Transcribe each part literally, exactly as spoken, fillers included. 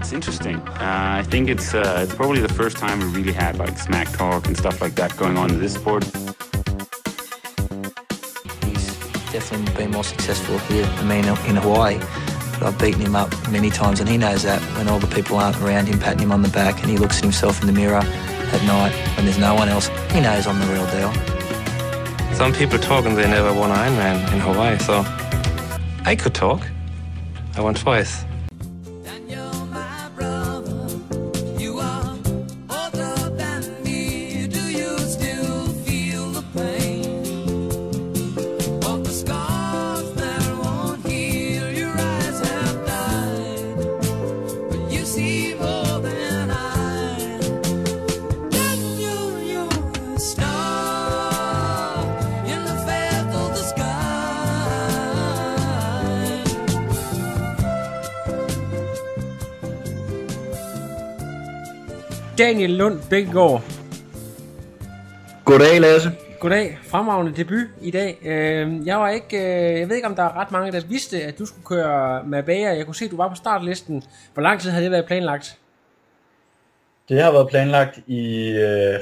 it's interesting. Uh, I think it's uh, it's probably the first time we really had like smack talk and stuff like that going on in this sport. He's definitely been more successful here than me in Hawaii. But I've beaten him up many times, and he knows that when all the people aren't around him patting him on the back and he looks at himself in the mirror at night when there's no one else, he knows I'm the real deal. Some people talk and they never won Ironman in Hawaii, so I could talk. I won twice. Daniel Lund Bækkegaard. Goddag, Lasse. Goddag. Fremragende debut i dag. Jeg var ikke, jeg ved ikke, om der er ret mange, der vidste, at du skulle køre Marbella. Jeg kunne se, at du var på startlisten. Hvor lang tid har det været planlagt? Det har været planlagt i, øh,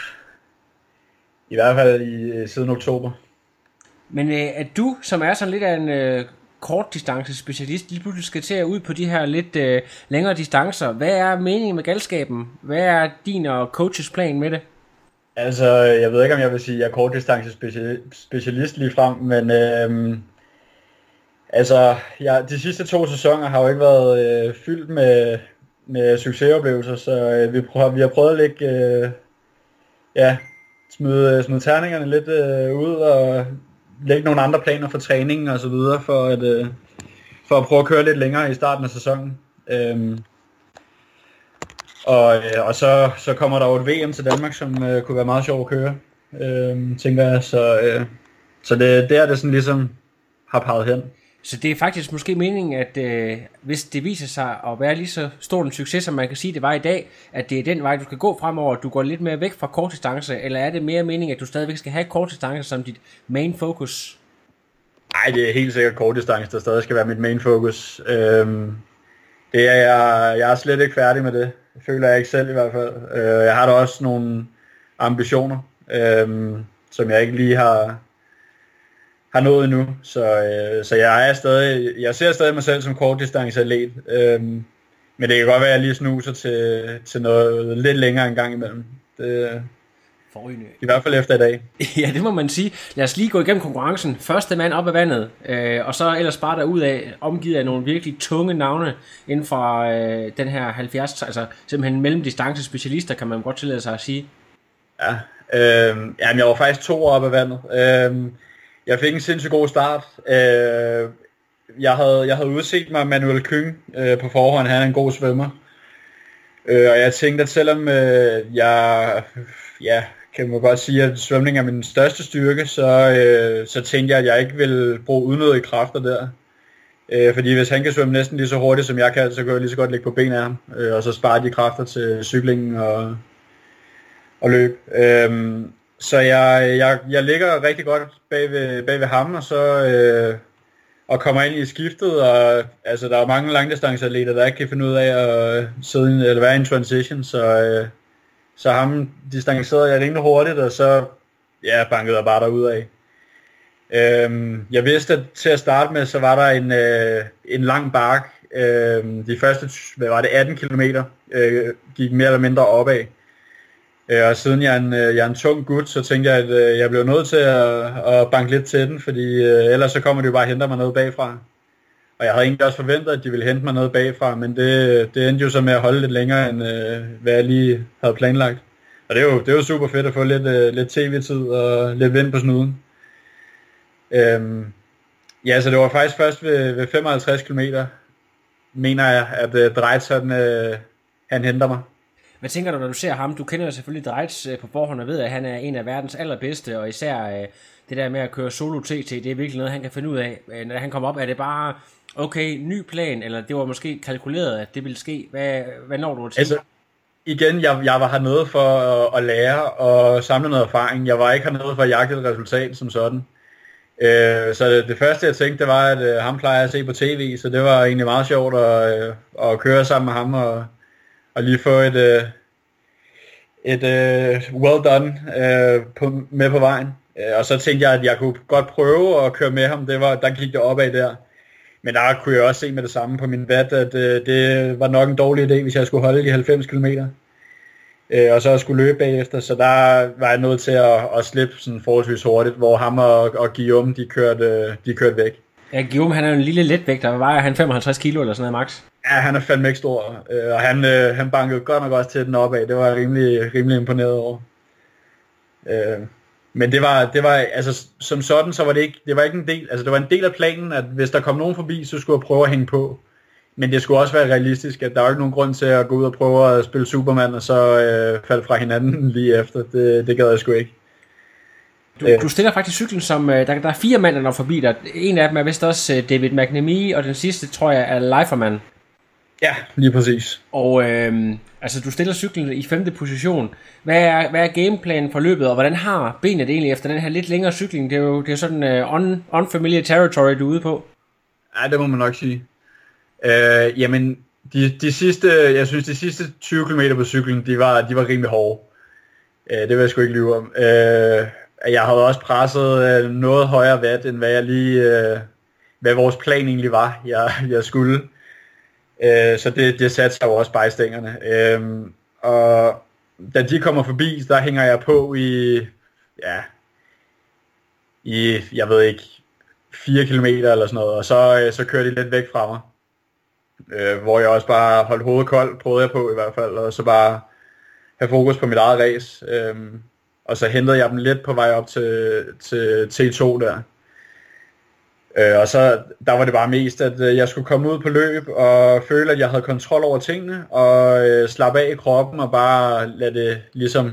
i hvert fald i, siden oktober. Men øh, at du, som er sådan lidt af en øh, kortdistance specialist, lige pludselig skal til at ud på de her lidt øh, længere distancer. Hvad er meningen med galskaben? Hvad er din og coaches plan med det? Altså, jeg ved ikke, om jeg vil sige, at jeg er kortdistance specialist lige frem, men øh, altså, jeg, de sidste to sæsoner har jo ikke været øh, fyldt med, med succesoplevelser, så øh, vi, prøver, vi har prøvet at lægge, øh, ja, smide, smide terningerne lidt øh, ud og lægge nogle andre planer for træningen og så videre, for at, øh, for at prøve at køre lidt længere i starten af sæsonen. Øhm, og øh, og så, så kommer der jo et V M til Danmark, som øh, kunne være meget sjovt at køre, øh, tænker jeg. Så, øh, så det, det er det sådan ligesom har peget hen. Så det er faktisk måske meningen, at øh, hvis det viser sig at være lige så stor en succes, som man kan sige, det var i dag, at det er den vej, du skal gå fremover, at du går lidt mere væk fra kortdistance, eller er det mere meningen, at du stadigvæk skal have kortdistance som dit main focus? Nej, det er helt sikkert kortdistance, der stadig skal være mit main focus. Øhm, det er jeg, jeg er slet ikke færdig med det. Det føler jeg ikke selv i hvert fald. Øh, jeg har da også nogle ambitioner, øhm, som jeg ikke lige har... har nået endnu, så, øh, så jeg er stadig, jeg ser stadig mig selv som kortdistanceatlet, øhm, men det kan godt være, at jeg lige snuser til, til noget lidt længere en gang imellem. Det, Forrygende. I hvert fald efter i dag. Ja, det må man sige. Lad os lige gå igennem konkurrencen. Første mand op af vandet, øh, og så ellers bare derud af, omgivet af nogle virkelig tunge navne inden for øh, den her halvfjerds, altså simpelthen mellemdistance specialister, kan man godt tillade sig at sige. Ja, øh, jamen jeg var faktisk to år op af vandet. Øh, Jeg fik en sindssygt god start. Jeg havde, jeg havde udset mig Manuel Kyng på forhånd. Han er en god svømmer. Og jeg tænkte, at selvom jeg ja, kan man godt sige, at svømning er min største styrke, så, så tænkte jeg, at jeg ikke ville bruge unødige kræfter der. Fordi hvis han kan svømme næsten lige så hurtigt, som jeg kan, så kan jeg lige så godt ligge på ben af ham. Og så spare de kræfter til cyklingen og, og løb. Så jeg, jeg, jeg ligger rigtig godt bag ved, bag ved ham, og så øh, og kommer ind i skiftet, og altså, der er mange langdistanceatleter, der ikke kan finde ud af at sidde, eller være i en transition, så, øh, så ham distancerede jeg rimelig hurtigt, og så ja, bankede jeg bare derudad. Øhm, jeg vidste, at til at starte med, så var der en, øh, en lang bakke. Øh, de første, hvad var det, atten kilometer øh, gik mere eller mindre opad. Og siden jeg er, en, jeg er en tung gut, så tænkte jeg, at jeg blev nødt til at, at banke lidt til den, fordi ellers så kommer de jo bare og henter mig noget bagfra. Og jeg havde egentlig også forventet, at de ville hente mig noget bagfra, men det, det endte jo så med at holde lidt længere, end hvad jeg lige havde planlagt. Og det er jo, det er jo super fedt at få lidt, lidt tv-tid og lidt vind på snuden. Øhm, ja, så det var faktisk først ved, ved femoghalvtreds kilometer, mener jeg, at Dreitz, han, han henter mig. Hvad tænker du, når du ser ham? Du kender jo selvfølgelig Dreitz på forhånd og ved, at han er en af verdens allerbedste, og især øh, det der med at køre solo T T, det er virkelig noget, han kan finde ud af. Når han kommer op, er det bare, okay, ny plan, eller det var måske kalkuleret, at det ville ske? Hvad, hvad når du til? Altså, igen, jeg, jeg var hernede for at, at lære og samle noget erfaring. Jeg var ikke hernede for at jagte et resultat som sådan. Øh, så det, det første jeg tænkte, det var, at øh, ham plejer jeg at se på tv, så det var egentlig meget sjovt at, øh, at køre sammen med ham og, og lige få et, øh, et øh, well done øh, på, med på vejen. Øh, og så tænkte jeg, at jeg kunne godt prøve at køre med ham, det var, der gik det opad der. Men der kunne jeg også se med det samme på min watt, at øh, det var nok en dårlig idé, hvis jeg skulle holde de halvfems kilometer. Øh, og så skulle løbe bagefter, så der var jeg nødt til at, at slippe sådan forholdsvis hurtigt, hvor ham og, og Guillaume, de kørte, de kørte væk. Ja, Guillaume, han er jo en lille letvægter. Hvad vejer han? femoghalvtreds kilo eller sådan noget, max? Ja, han er fandme ikke stor, øh, og han, øh, han bankede godt nok også til den opad. Det var jeg rimelig, rimelig imponeret over. Øh, men det var, det var, altså som sådan, så var det ikke, det var ikke en del, altså det var en del af planen, at hvis der kom nogen forbi, så skulle jeg prøve at hænge på. Men det skulle også være realistisk, at der er jo ikke nogen grund til at gå ud og prøve at spille Superman, og så øh, falde fra hinanden lige efter. Det, det gad jeg sgu ikke. Du, du stiller faktisk cyklen som, der, der er fire mænd, der når forbi dig. En af dem er vist også David McNamee, og den sidste, tror jeg, er Leiferman. Ja, lige præcis. Og øh, altså, du stiller cyklen i femte position. Hvad er, hvad er gameplanen for løbet, og hvordan har benet egentlig efter den her lidt længere cykling? Det er jo det er sådan uh, un, unfamiliar territory, du er ude på. Ja, det må man nok sige. Øh, jamen, de, de sidste, jeg synes, de sidste tyve kilometer på cyklen, de var, de var rimelig hårde. Øh, det vil jeg sgu ikke lyve om. Øh, jeg havde også presset øh, noget højere watt, end hvad jeg lige, øh, hvad vores plan egentlig var, jeg, jeg skulle. Øh, så det, det satte sig jo også bare i stængerne. Øh, og da de kommer forbi, der hænger jeg på i, ja, i, jeg ved ikke, fire kilometer eller sådan noget, og så, øh, så kører de lidt væk fra mig. Øh, hvor jeg også bare holdt hovedet koldt, prøvede jeg på i hvert fald, og så bare have fokus på mit eget race. Øh, og så hentede jeg dem lidt på vej op til, til T to der. Øh, og så der var det bare mest, at øh, jeg skulle komme ud på løb og føle, at jeg havde kontrol over tingene, og øh, slappe af i kroppen og bare lade det ligesom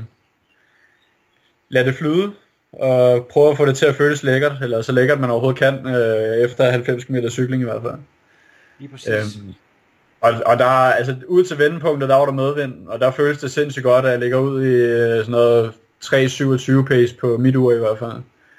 lade det flyde, og prøve at få det til at føles lækkert, eller så lækkert man overhovedet kan, øh, efter halvfems kilometer cykling i hvert fald. Lige præcis. Øhm, og, og der, altså ud til vendepunktet, der var der medvind, og der føles det sindssygt godt, at jeg ligger ud i øh, sådan noget tre syvogtyve pace på mit ur i hvert fald.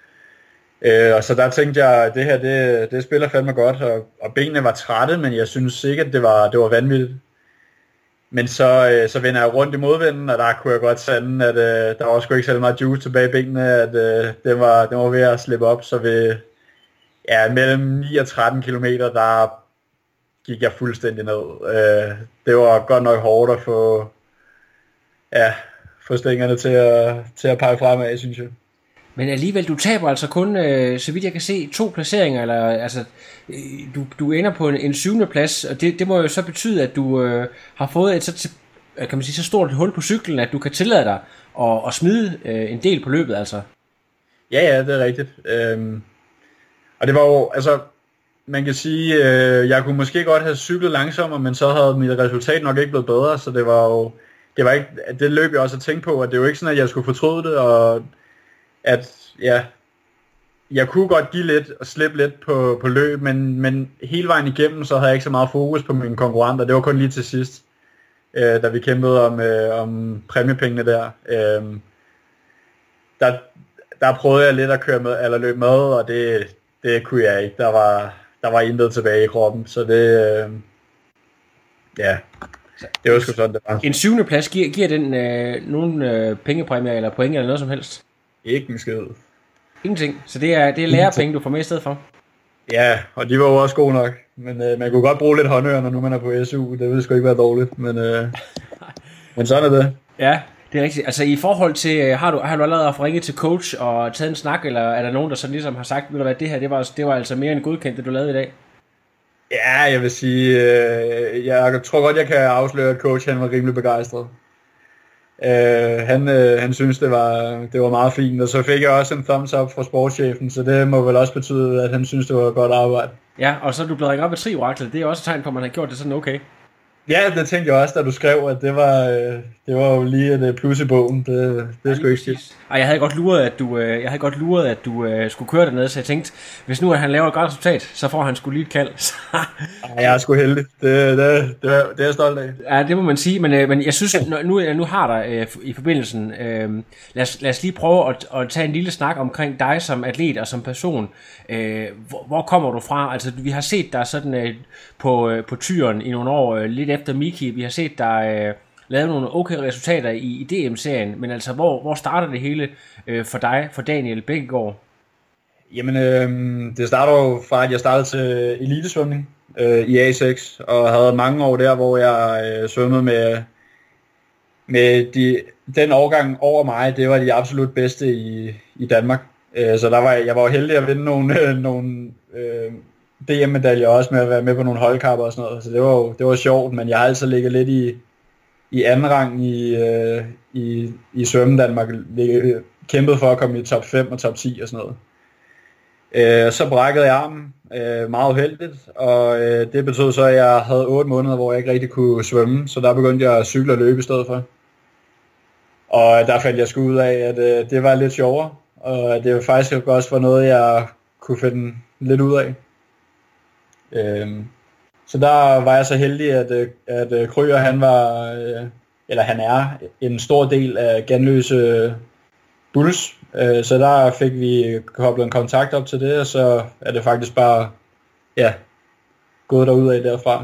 Øh, og så der tænkte jeg, at det her, det, det spiller fandme godt, og, og benene var trætte, men jeg synes sikkert, det var, det var vanvittigt. Men så, øh, så vender jeg rundt i modvinden, og der kunne jeg godt sande, at øh, der var sgu ikke så meget juice tilbage i benene, at øh, det, var, det var ved at slippe op, så ved ja, mellem ni og tretten kilometer, der gik jeg fuldstændig ned. Øh, det var godt nok hårdt at få, ja, få stængerne til at, til at pege fremad, synes jeg. Men alligevel, du taber altså kun, øh, så vidt jeg kan se, to placeringer, eller altså, øh, du, du ender på en, en syvende plads, og det, det må jo så betyde, at du øh, har fået et så, kan man sige, så stort et hul på cyklen, at du kan tillade dig at, at smide øh, en del på løbet, altså. Ja, ja, det er rigtigt. Øhm, og det var jo, altså, man kan sige, øh, jeg kunne måske godt have cyklet langsommere, men så havde mit resultat nok ikke blevet bedre, så det var jo, det var ikke, det løb jeg også at tænke på, at det er jo ikke sådan, at jeg skulle fortryde det, og at ja, jeg kunne godt give lidt og slippe lidt på, på løb, men, men hele vejen igennem, så havde jeg ikke så meget fokus på mine konkurrenter. Det var kun lige til sidst, øh, da vi kæmpede om, øh, om præmiepengene der. Øh, der. Der prøvede jeg lidt at køre med, eller løbe med, og det, det kunne jeg ikke. Der var, der var intet tilbage i kroppen, så det, øh, ja, det var sgu sådan, det var. En syvende plads, giver, giver den øh, nogle øh, pengepræmier eller point eller noget som helst? Ikke en skid. Ingenting. Så det er, det er lærepenge, du får med i stedet for? Ja, og de var jo også gode nok. Men øh, man kunne godt bruge lidt håndører, når nu man er på S U. Det ville sgu ikke være dårligt, men, øh, men sådan er det. Ja, det er rigtigt. Altså i forhold til, har du, har du allerede haft ringet til coach og taget en snak, eller er der nogen, der sådan ligesom har sagt, ved du hvad, det her, det var, det var altså mere end godkendt, det du lavede i dag? Ja, jeg vil sige, øh, jeg tror godt, jeg kan afsløre, at coach han var rimelig begejstret. Uh, han, uh, han synes det var, det var meget fint, og så fik jeg også en thumbs up fra sportschefen, så det må vel også betyde, at han synes det var godt arbejde. Ja, og så er du blevet ringet op af Tri Oraklet. Det er også et tegn på, at man har gjort det sådan okay. Ja, det tænkte jeg også, da du skrev, at det var, øh, det var jo lige et plus i bogen. Det, det er sgu ikke skidt. Ej, jeg havde godt luret, at du, øh, jeg havde godt luret, at du øh, skulle køre dernede, så jeg tænkte, hvis nu at han laver et godt resultat, så får han sgu lige et kald. Ej, jeg er sgu heldig. Det, det, det, er, det er jeg stolt af. Ja, det må man sige, men, øh, men jeg synes, nu, nu har der øh, i forbindelsen, øh, lad, os, lad os lige prøve at, at tage en lille snak omkring dig som atlet og som person. Øh, hvor, hvor kommer du fra? Altså, vi har set dig sådan øh, på, øh, på tyren i nogle år, øh, lidt efter Miki. Vi har set dig øh, lave nogle okay resultater i, i D M-serien, men altså, hvor, hvor starter det hele øh, for dig, for Daniel Bækkegaard? Jamen, øh, det starter jo fra, at jeg startede til elitesvømning øh, i A seks, og havde mange år der, hvor jeg øh, svømmede med, med de, den årgang over mig. Det var de absolut bedste i, i Danmark. Øh, så der var, jeg var jo heldig at vinde nogle, øh, nogle øh, D M-medaljer også med at være med på nogle holdkapper og sådan noget. Så det var jo det var sjovt, men jeg har altid ligget lidt i, i anden rang i, øh, i, i svømmen Danmark. Ligget, kæmpet for at komme i top fem og top ti og sådan noget. Øh, så brækkede jeg armen, øh, meget uheldigt, og øh, det betød så, at jeg havde otte måneder, hvor jeg ikke rigtig kunne svømme, så der begyndte jeg at cykle og løbe i stedet for. Og der fandt jeg sgu ud af, at øh, det var lidt sjovere, og det var faktisk også var noget, jeg kunne finde lidt ud af. Øh, så der var jeg så heldig, at, at, at Krøger, han var, øh, eller han er, en stor del af Ganløse Bulls. Så der fik vi koblet en kontakt op til det, og så er det faktisk bare, ja, gået derud af derfra.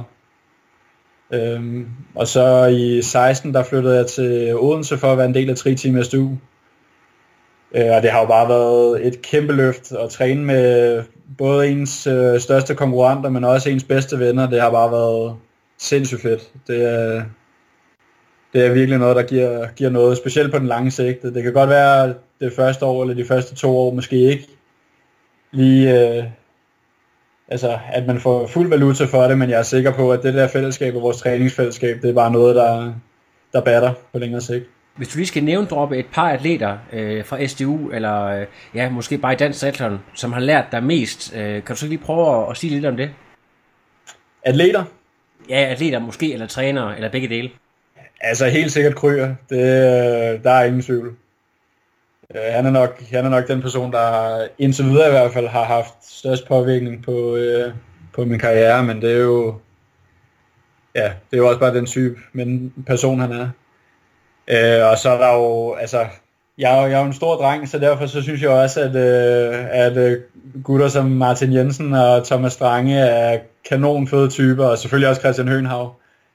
Øhm, og så i seksten, der flyttede jeg til Odense for at være en del af tre Team S D U. Øh, og det har jo bare været et kæmpe løft at træne med både ens øh, største konkurrenter, men også ens bedste venner. Det har bare været sindssygt fedt. Det er, det er virkelig noget, der giver, giver noget, specielt på den lange sigte. Det kan godt være det første år, eller de første to år, måske ikke lige, øh, altså, at man får fuld valuta for det, men jeg er sikker på, at det der fællesskab og vores træningsfællesskab, det er bare noget, der, der batter på længere sigt. Hvis du lige skal nævne droppe et par atleter øh, fra S D U, eller øh, ja, måske bare i dansk triathlon, som har lært dig mest, øh, kan du så lige prøve at, at sige lidt om det? Atleter? Ja, atleter måske, eller trænere, eller begge dele. Altså helt sikkert Krøger, det, der er ingen tvivl. Han er, nok, han er nok den person, der indtil videre i hvert fald har haft størst påvirkning på, øh, på min karriere, men det er jo, ja, det er jo også bare den type men person, han er. Øh, og så er der jo, altså, jeg er, jeg er jo en stor dreng, så derfor så synes jeg også, at, øh, at øh, gutter som Martin Jensen og Thomas Strange er kanonføde typer, og selvfølgelig også Christian Høenhav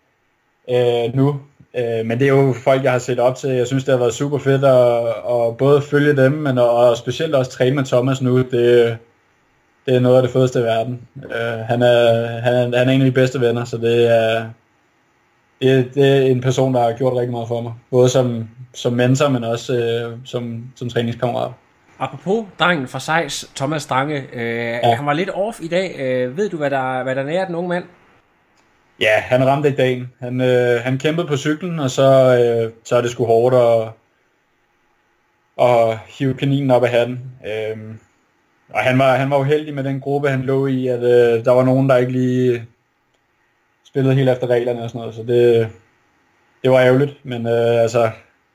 øh, nu. Øh, men det er jo folk, jeg har set op til. Jeg synes, det har været super fedt at, at både følge dem, men og, og specielt også træne med Thomas nu. Det, det er noget af det fedeste i verden. Øh, han, er, han, er, han er en af de bedste venner, så det er, det, det er en person, der har gjort rigtig meget for mig. Både som, som mentor, men også øh, som, som træningskammerat. Apropos drengen fra Sejs, Thomas Strange, øh, ja. Han var lidt off i dag. Øh, ved du, hvad der, hvad der nærer den unge mand? Ja, han ramte ikke dagen. Han, øh, han kæmpede på cyklen, og så, øh, så er det sgu hårdt at, at hive kaninen op af hatten. Øh, og han var, han var uheldig med den gruppe, han lå i, at øh, der var nogen, der ikke lige spillede helt efter reglerne og sådan noget. Så det, det var ærgerligt, men øh, altså...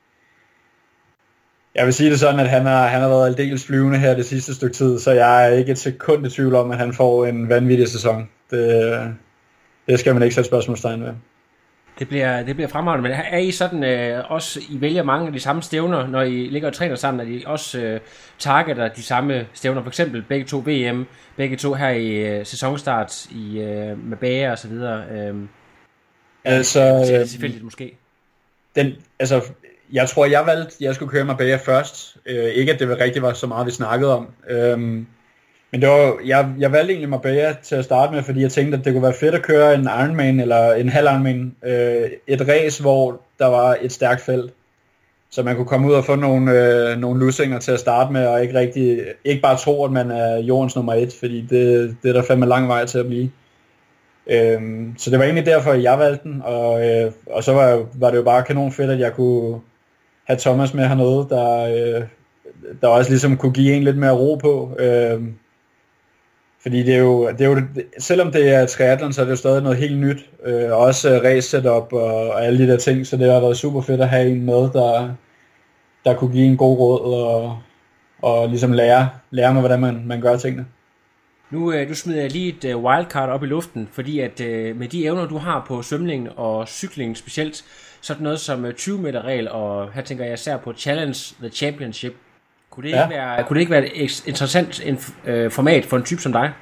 Jeg vil sige det sådan, at han har, han har været aldeles flyvende her det sidste stykke tid, så jeg er ikke et sekund i tvivl om, at han får en vanvittig sæson. Det... Det skal man ikke sætte spørgsmålstegn ved. Det bliver, det bliver fremragende, men er I sådan øh, også, I vælger mange af de samme stævner, når I ligger og træner sammen, at I også øh, targeter de samme stævner, for eksempel begge to V M, begge to her i øh, sæsonstart i, øh, med bager og så videre. Øh, altså, det er tilfældigt måske. Den, altså, jeg tror, jeg valgte, jeg skulle køre med bager først. Øh, ikke at det rigtig var så meget, vi snakkede om. Øh, Men det var, jeg, jeg valgte egentlig Marbella til at starte med, fordi jeg tænkte, at det kunne være fedt at køre en Ironman eller en halv Ironman. Øh, et race, hvor der var et stærkt felt. Så man kunne komme ud og få nogle, øh, nogle lussinger til at starte med, og ikke, rigtig, ikke bare tro, at man er jordens nummer et, fordi det, det er der fandme lang vej til at blive. Øh, så det var egentlig derfor, jeg valgte den, og, øh, og så var, var det jo bare kanon fedt, at jeg kunne have Thomas med hernede, der, øh, der også ligesom kunne give en lidt mere ro på. Øh, Fordi det er jo, det er jo, selvom det er triathlon, så er det jo stadig noget helt nyt. Øh, også race setup og, og alle de der ting, så det har været super fedt at have en med, der, der kunne give en god råd og, og ligesom lære, lære mig, hvordan man, man gør tingene. Nu øh, du smider jeg lige et øh, wildcard op i luften, fordi at øh, med de evner, du har på svømning og cykling specielt, sådan noget som øh, tyve meter regel, og her tænker jeg især på Challenge the Championship. Kunne det, ja. ikke, være, kunne det ikke være et interessant en, øh, format for en type som dig?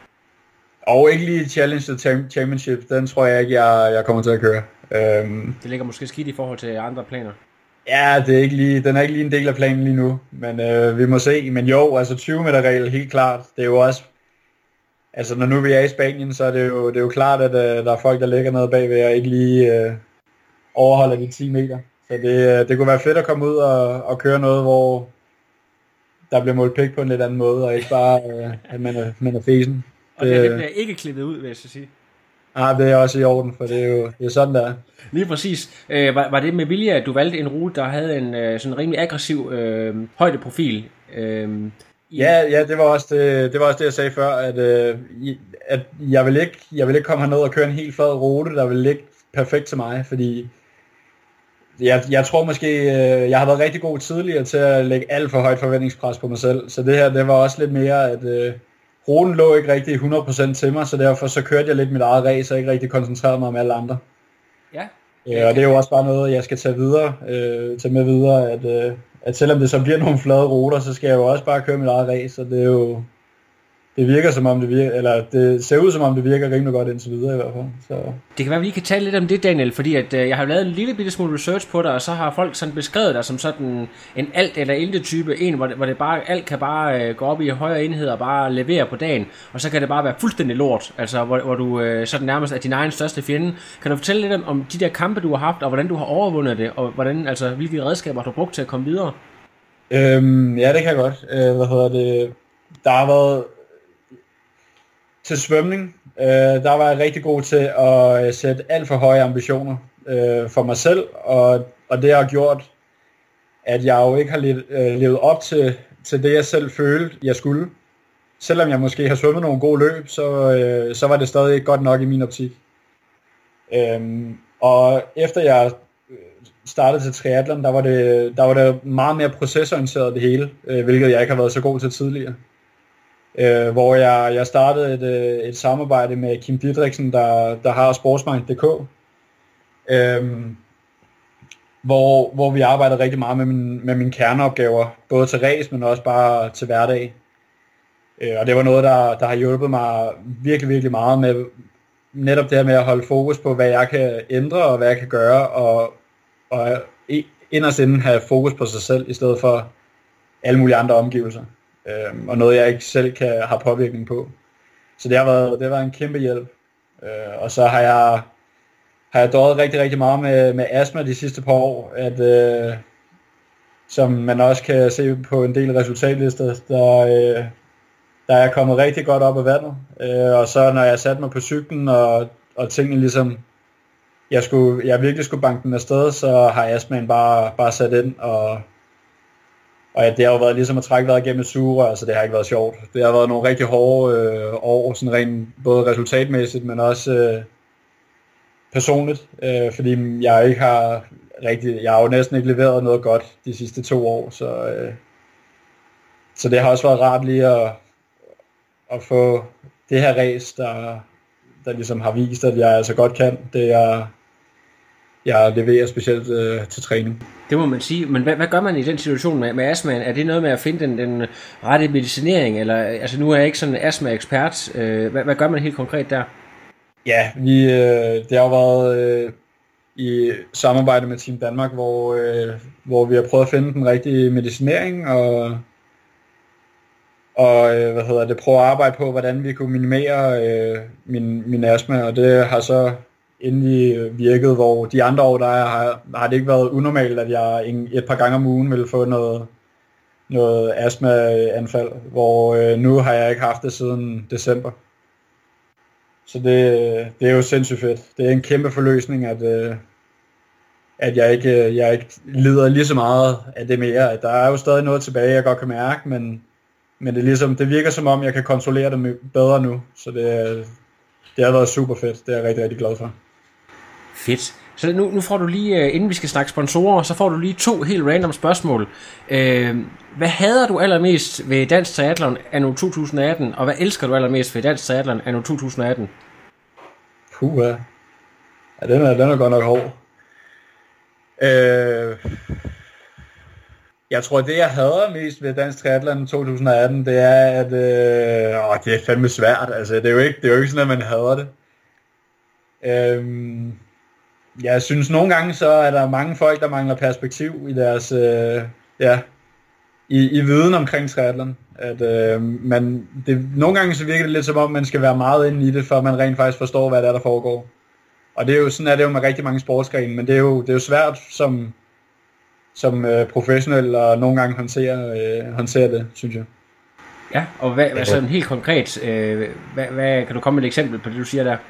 Og ikke lige Challenge the Championship, den tror jeg ikke, jeg, jeg kommer til at køre. Øhm, det ligger måske skidt i forhold til andre planer. Ja, det er ikke lige, den er ikke lige en del af planen lige nu, men øh, vi må se. Men jo, altså tyve meter regel, helt klart. Det er jo også, altså når nu vi er i Spanien, så er det jo, det er jo klart, at øh, der er folk, der ligger nede bagved og ikke lige øh, overholder de ti meter. Så det, det kunne være fedt at komme ud og, og køre noget, hvor der bliver målt pik på en lidt anden måde, og ikke bare, øh, at man er, man er fesen. Og det, det bliver ikke klippet ud, vil jeg så sige. Ah, det er også i orden, for det er jo det er sådan, der. Lige præcis. Øh, var, var det med vilje, at du valgte en rute, der havde en øh, sådan rimelig aggressiv øh, højdeprofil? Øh, ja, ja, det var også det, det var også det, jeg sagde før, at, øh, at jeg vil ikke, jeg vil ikke komme herned og køre en helt flad rute, der vil ligge perfekt til mig, fordi jeg, jeg tror måske, øh, jeg har været rigtig god tidligere til at lægge alt for højt forventningspres på mig selv, så det her, det var også lidt mere, at øh, ruten lå ikke rigtig hundrede procent til mig, så derfor så kørte jeg lidt mit eget race, og ikke rigtig koncentrerede mig om alle andre. Ja. Øh, og det er jo også bare noget, jeg skal tage videre, øh, tage med videre, at, øh, at selvom det så bliver nogle flade ruter, så skal jeg jo også bare køre mit eget race, og det er jo, det virker som om det virker, eller det ser ud som om det virker rimelig godt indtil videre i hvert fald. Så. Det kan være, at vi lige kan tale lidt om det, Daniel, fordi at, øh, jeg har lavet en lille bitte smule research på dig, og så har folk sådan beskrevet dig som sådan en alt eller intet type, en hvor det, hvor det bare, alt kan bare øh, gå op i højere enheder og bare levere på dagen, og så kan det bare være fuldstændig lort, altså hvor, hvor du øh, sådan nærmest er din egen største fjende. Kan du fortælle lidt om, om de der kampe, du har haft, og hvordan du har overvundet det, og hvordan, altså, hvilke redskaber har du brugt til at komme videre? Øhm, ja, det kan jeg godt. Øh, hvad hedder det? Der har været til svømning, øh, der var jeg rigtig god til at øh, sætte alt for høje ambitioner øh, for mig selv, og, og det har gjort, at jeg jo ikke har levet, øh, levet op til, til det, jeg selv følte, jeg skulle. Selvom jeg måske har svømmet nogle gode løb, så, øh, så var det stadig ikke godt nok i min optik. Øhm, og efter jeg startede til triathlon, der var det, der var det meget mere procesorienteret det hele, øh, hvilket jeg ikke har været så god til tidligere. Øh, hvor jeg, jeg startede et, et samarbejde med Kim Didriksen, der, der har sportsmind punktum d k, øh, hvor, hvor vi arbejdede rigtig meget med, min, med mine kerneopgaver, både til race, men også bare til hverdag. Øh, og det var noget, der, der har hjulpet mig virkelig, virkelig meget med netop det her med at holde fokus på, hvad jeg kan ændre, og hvad jeg kan gøre, og, og inderst inden have fokus på sig selv, i stedet for alle mulige andre omgivelser. Øhm, og noget jeg ikke selv kan have påvirkning på. Så det har været, det var en kæmpe hjælp. Øh, og så har jeg har jeg døjet rigtig, rigtig meget med, med astma de sidste par år, at, øh, som man også kan se på en del resultatlister, der, øh, der er jeg kommet rigtig godt op af vandet. Øh, og så når jeg satte mig på cyklen, og, og tingene ligesom, jeg, skulle, jeg virkelig skulle banke den afsted, så har astmaen bare, bare sat ind, og Og ja, det har jo været ligesom at trække vejret gennem et sugerør, så det har ikke været sjovt. Det har været nogle rigtig hårde øh, år, sådan rent både resultatmæssigt, men også øh, personligt, øh, fordi jeg ikke har rigtig, jeg har jo næsten ikke leveret noget godt de sidste to år, så, øh, så det har også været rart lige at, at få det her race, der, der ligesom har vist, at jeg altså godt kan det, jeg, jeg leverer specielt øh, til træning. Det må man sige, men hvad, hvad gør man i den situation med, med astmaen? Er det noget med at finde den, den rette medicinering, eller altså nu er jeg ikke sådan en astma-ekspert, øh, hvad, hvad gør man helt konkret der? Ja, vi, øh, det har jo været øh, i samarbejde med Team Danmark, hvor, øh, hvor vi har prøvet at finde den rigtige medicinering, og, og øh, hvad hedder det, prøve at arbejde på, hvordan vi kunne minimere øh, min, min astma, og det har så endelig virket, hvor de andre år, der har, har det ikke været unormalt, at jeg en, et par gange om ugen ville få noget, noget astmaanfald, hvor øh, nu har jeg ikke haft det siden december. Så det, det er jo sindssygt fedt. Det er en kæmpe forløsning, at, øh, at jeg, ikke, jeg ikke lider lige så meget af det mere. At der er jo stadig noget tilbage, jeg godt kan mærke, men, men det, er ligesom, det virker som om, jeg kan kontrollere det bedre nu, så det, det har været super fedt. Det er jeg rigtig, rigtig glad for. Fedt. Så nu, nu får du lige, inden vi skal snakke sponsorer, så får du lige to helt random spørgsmål. Øh, hvad hader du allermest ved Dansk Triathlon anno to tusind atten, og hvad elsker du allermest ved Dansk Triathlon anno to tusind atten? Puh, ja. Ja, den er, den er godt nok hård. Øh, jeg tror, det jeg hader mest ved Dansk Triathlon to tusind atten, det er, at øh, åh, det er fandme svært. Altså, det er jo ikke, det er jo ikke sådan, at man hader det. Øh, jeg synes, nogle gange så er der mange folk, der mangler perspektiv i deres, øh, ja, i, i viden omkring triathlon. At øh, man, det, nogle gange så virker det lidt som om, man skal være meget inde i det, for man rent faktisk forstår, hvad det er, der foregår. Og det er jo sådan, er det jo med rigtig mange sportsgrene, men det er jo, det er jo svært som, som øh, professionel og nogle gange håndtere, øh, håndtere det, synes jeg. Ja, og hvad, altså sådan helt konkret, øh, hvad, hvad, kan du komme med et eksempel på det, du siger der?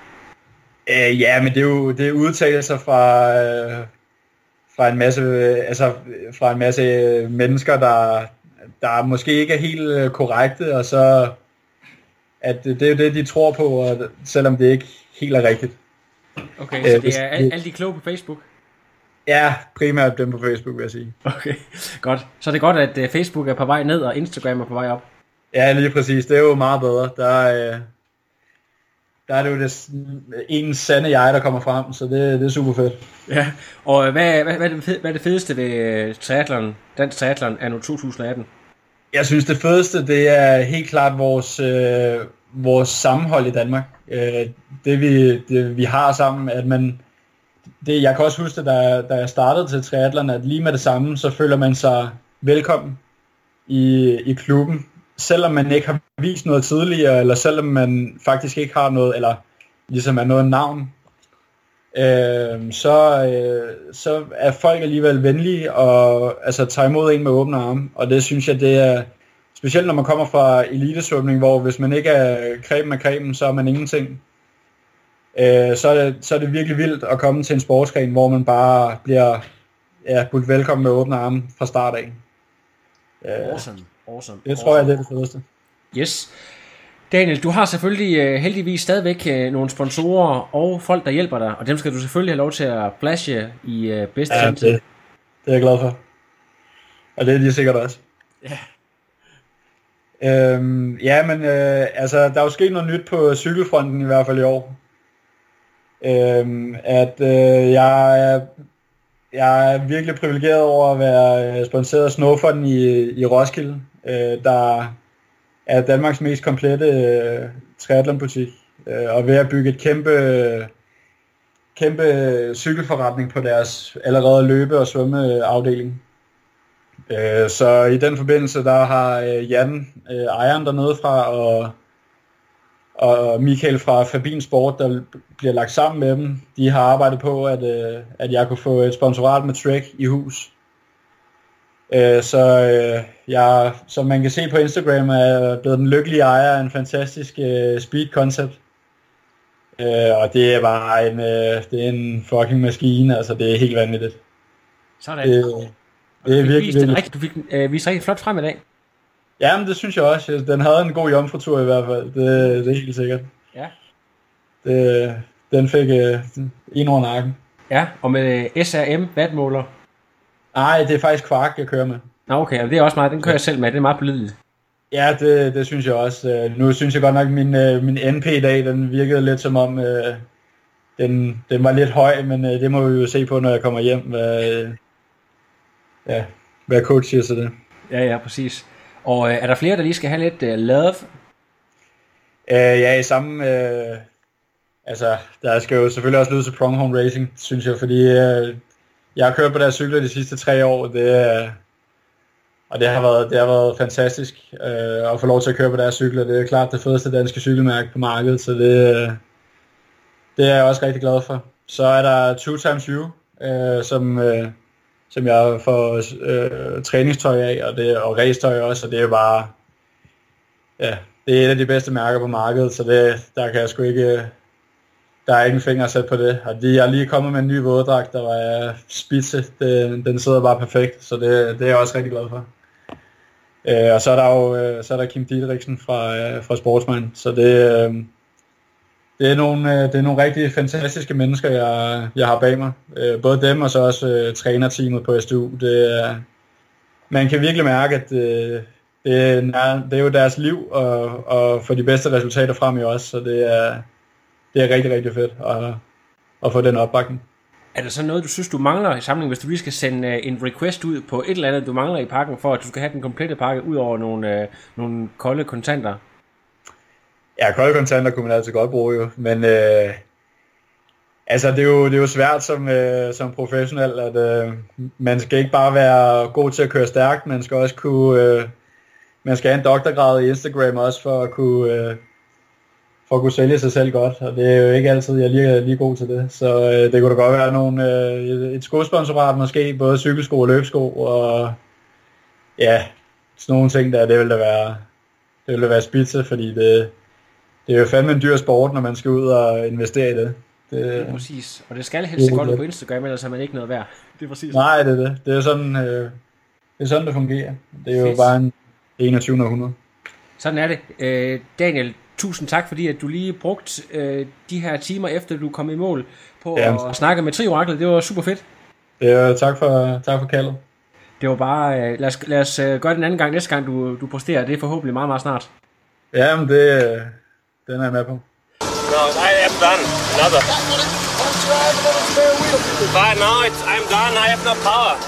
Øh, ja, men det er jo det er udtalelser fra, øh, fra en masse, altså fra en masse mennesker, der, der måske ikke er helt øh, korrekte, og så at det, det er jo det, de tror på, og, selvom det ikke helt er rigtigt. Okay, så det er alle, alle de kloge på Facebook? Ja, primært dem på Facebook, vil jeg sige. Okay, godt. Så er det godt, at Facebook er på vej ned, og Instagram er på vej op? Ja, lige præcis. Det er jo meget bedre. Der, øh, der er det jo det en sande jeg, der kommer frem, så det, det er super fedt. Ja, og hvad, hvad, hvad, er, det fed, hvad er det fedeste ved triathlon, Dansk Triathlon anno to tusind atten? Jeg synes, det fedeste, det er helt klart vores, øh, vores sammenhold i Danmark. Øh, det, vi, det vi har sammen, at man... Det, jeg kan også huske, da, da jeg startede til triathlon, at lige med det samme, så føler man sig velkommen i, i klubben. Selvom man ikke har vist noget tidligere, eller selvom man faktisk ikke har noget, eller ligesom er noget navn, øh, så, øh, så er folk alligevel venlige og altså, tager imod en med åbne arme. Og det synes jeg, det er specielt når man kommer fra elitesvømning, hvor hvis man ikke er cremen af cremen, så er man ingenting. Øh, så, er det, så er det virkelig vildt at komme til en sportsgren, hvor man bare bliver ja, budt velkommen med åbne arme fra start af. Øh, awesome. Awesome. Det awesome. tror jeg, det er det fedeste. Yes. Daniel, du har selvfølgelig uh, heldigvis stadigvæk uh, nogle sponsorer og folk, der hjælper dig, og dem skal du selvfølgelig have lov til at flashe i uh, bedste ja, sendtid. Det, det er jeg glad for. Og det er de sikkert også. Ja. Øhm, ja, men øh, altså, der er jo sket noget nyt på cykelfronten i hvert fald i år. Øhm, at øh, jeg, er, jeg er virkelig privilegeret over at være sponsoreret af Snowfund i, i Roskilde, øh, der er Danmarks mest komplette øh, triathlonbutik, øh, og ved at bygge et kæmpe, kæmpe cykelforretning på deres allerede løbe- og svømmeafdeling. Øh, så i den forbindelse, der har øh, Jan, øh, ejeren dernede fra, og og Michael fra Fabin Sport, der bliver lagt sammen med dem, de har arbejdet på, at, øh, at jeg kunne få et sponsorat med Trek i hus. Øh, så øh, jeg, som man kan se på Instagram, er blevet den lykkelige ejer af en fantastisk øh, speed concept. Øh, og det er bare en, øh, det er en fucking maskine, altså det er helt vanvittigt. Sådan. Det, det er du virkelig, virkelig rigtig, du fik øh, vist rigtig flot frem i dag. Jamen, det synes jeg også. Den havde en god jomfrutur i hvert fald. Det, det er helt sikkert. Ja. Det, den fik øh, en over nakken. Ja, og med S R M vatmåler. Nej, det er faktisk Quark, jeg kører med. Nå, okay, og det er også meget. Den kører jeg selv med. Det er meget pålideligt. Ja, det, det synes jeg også. Nu synes jeg godt nok, at min, min N P i dag, den virkede lidt som om, øh, den, den var lidt høj, men øh, det må vi jo se på, når jeg kommer hjem, hvad, øh, ja, hvad coach siger til det. Ja, ja, præcis. Og øh, er der flere, der lige skal have lidt øh, love? Øh, ja, i samme... Øh, altså, der skal jo selvfølgelig også lyde til Pronghorn Racing, synes jeg, fordi øh, jeg har kørt på deres cykler de sidste tre år, det, øh, og det har været, det har været fantastisk øh, at få lov til at køre på deres cykler. Det er klart det fedeste danske cykelmærke på markedet, så det, øh, det er jeg også rigtig glad for. Så er der Two Times You, øh, som... Øh, som jeg får øh, træningstøj af, og, det, og racetøj også, og det er jo bare, ja, det er et af de bedste mærker på markedet, så det, der kan jeg sgu ikke, der er ikke en finger at sætte på det. Og de, jeg er lige kommet med en ny våddragt, der var spidse, det, den sidder bare perfekt, så det, det er jeg også rigtig glad for. Øh, og så er der jo øh, så er der Kim Didriksen fra, øh, fra Sportsman, så det, øh, det, er nogle, øh, det er nogle rigtig fantastiske mennesker, jeg, jeg har bag mig. Øh, både dem og så også øh, trænerteamet på S D U. Det, øh, man kan virkelig mærke, at øh, det, er, det er jo deres liv og, og få de bedste resultater frem i os, så det er, det er rigtig, rigtig fedt at, at få den opbakning. Er der så noget, du synes, du mangler i samlingen, hvis du lige skal sende en request ud på et eller andet, du mangler i pakken, for at du skal have den komplette pakke, ud over nogle, øh, nogle kolde kontanter? Ja, kolde kontanter kunne man altid godt bruge jo, men øh, altså det er jo, det er jo svært som, øh, som professionel, at øh, man skal ikke bare være god til at køre stærkt, man skal også kunne, øh, man skal have en doktorgrad i Instagram også, for at kunne, øh, for at kunne sælge sig selv godt, og det er jo ikke altid, jeg er lige, lige god til det, så øh, det kunne da godt være nogle, øh, et skosponsorat måske, både cykelsko og løbsko, og ja, sådan nogle ting der, det ville da være, det ville da være spidse, fordi det, det er jo fandme en dyr sport, når man skal ud og investere i det. Det, det er præcis, og det skal helst se godt ud på Instagram, ellers er man ikke noget værd. Det er præcis. Nej, det er det. Det er sådan, øh, det er sådan, det fungerer. Det er jo Fedt. Bare en enogtyve hundrede. Sådan er det. Øh, Daniel, tusind tak, fordi at du lige brugt øh, de her timer, efter du kom i mål, på ja, at snakke med Trioraklet. Det var super fedt. Ja, tak for, tak for kaldet. Det var bare, øh, lad os, lad os øh, gøre det en anden gang næste gang, du, du posterer. Det er forhåbentlig meget, meget snart. Jamen, det, øh, den er jeg med på. No, I am done. Another. But now it's, I'm done. I have no power.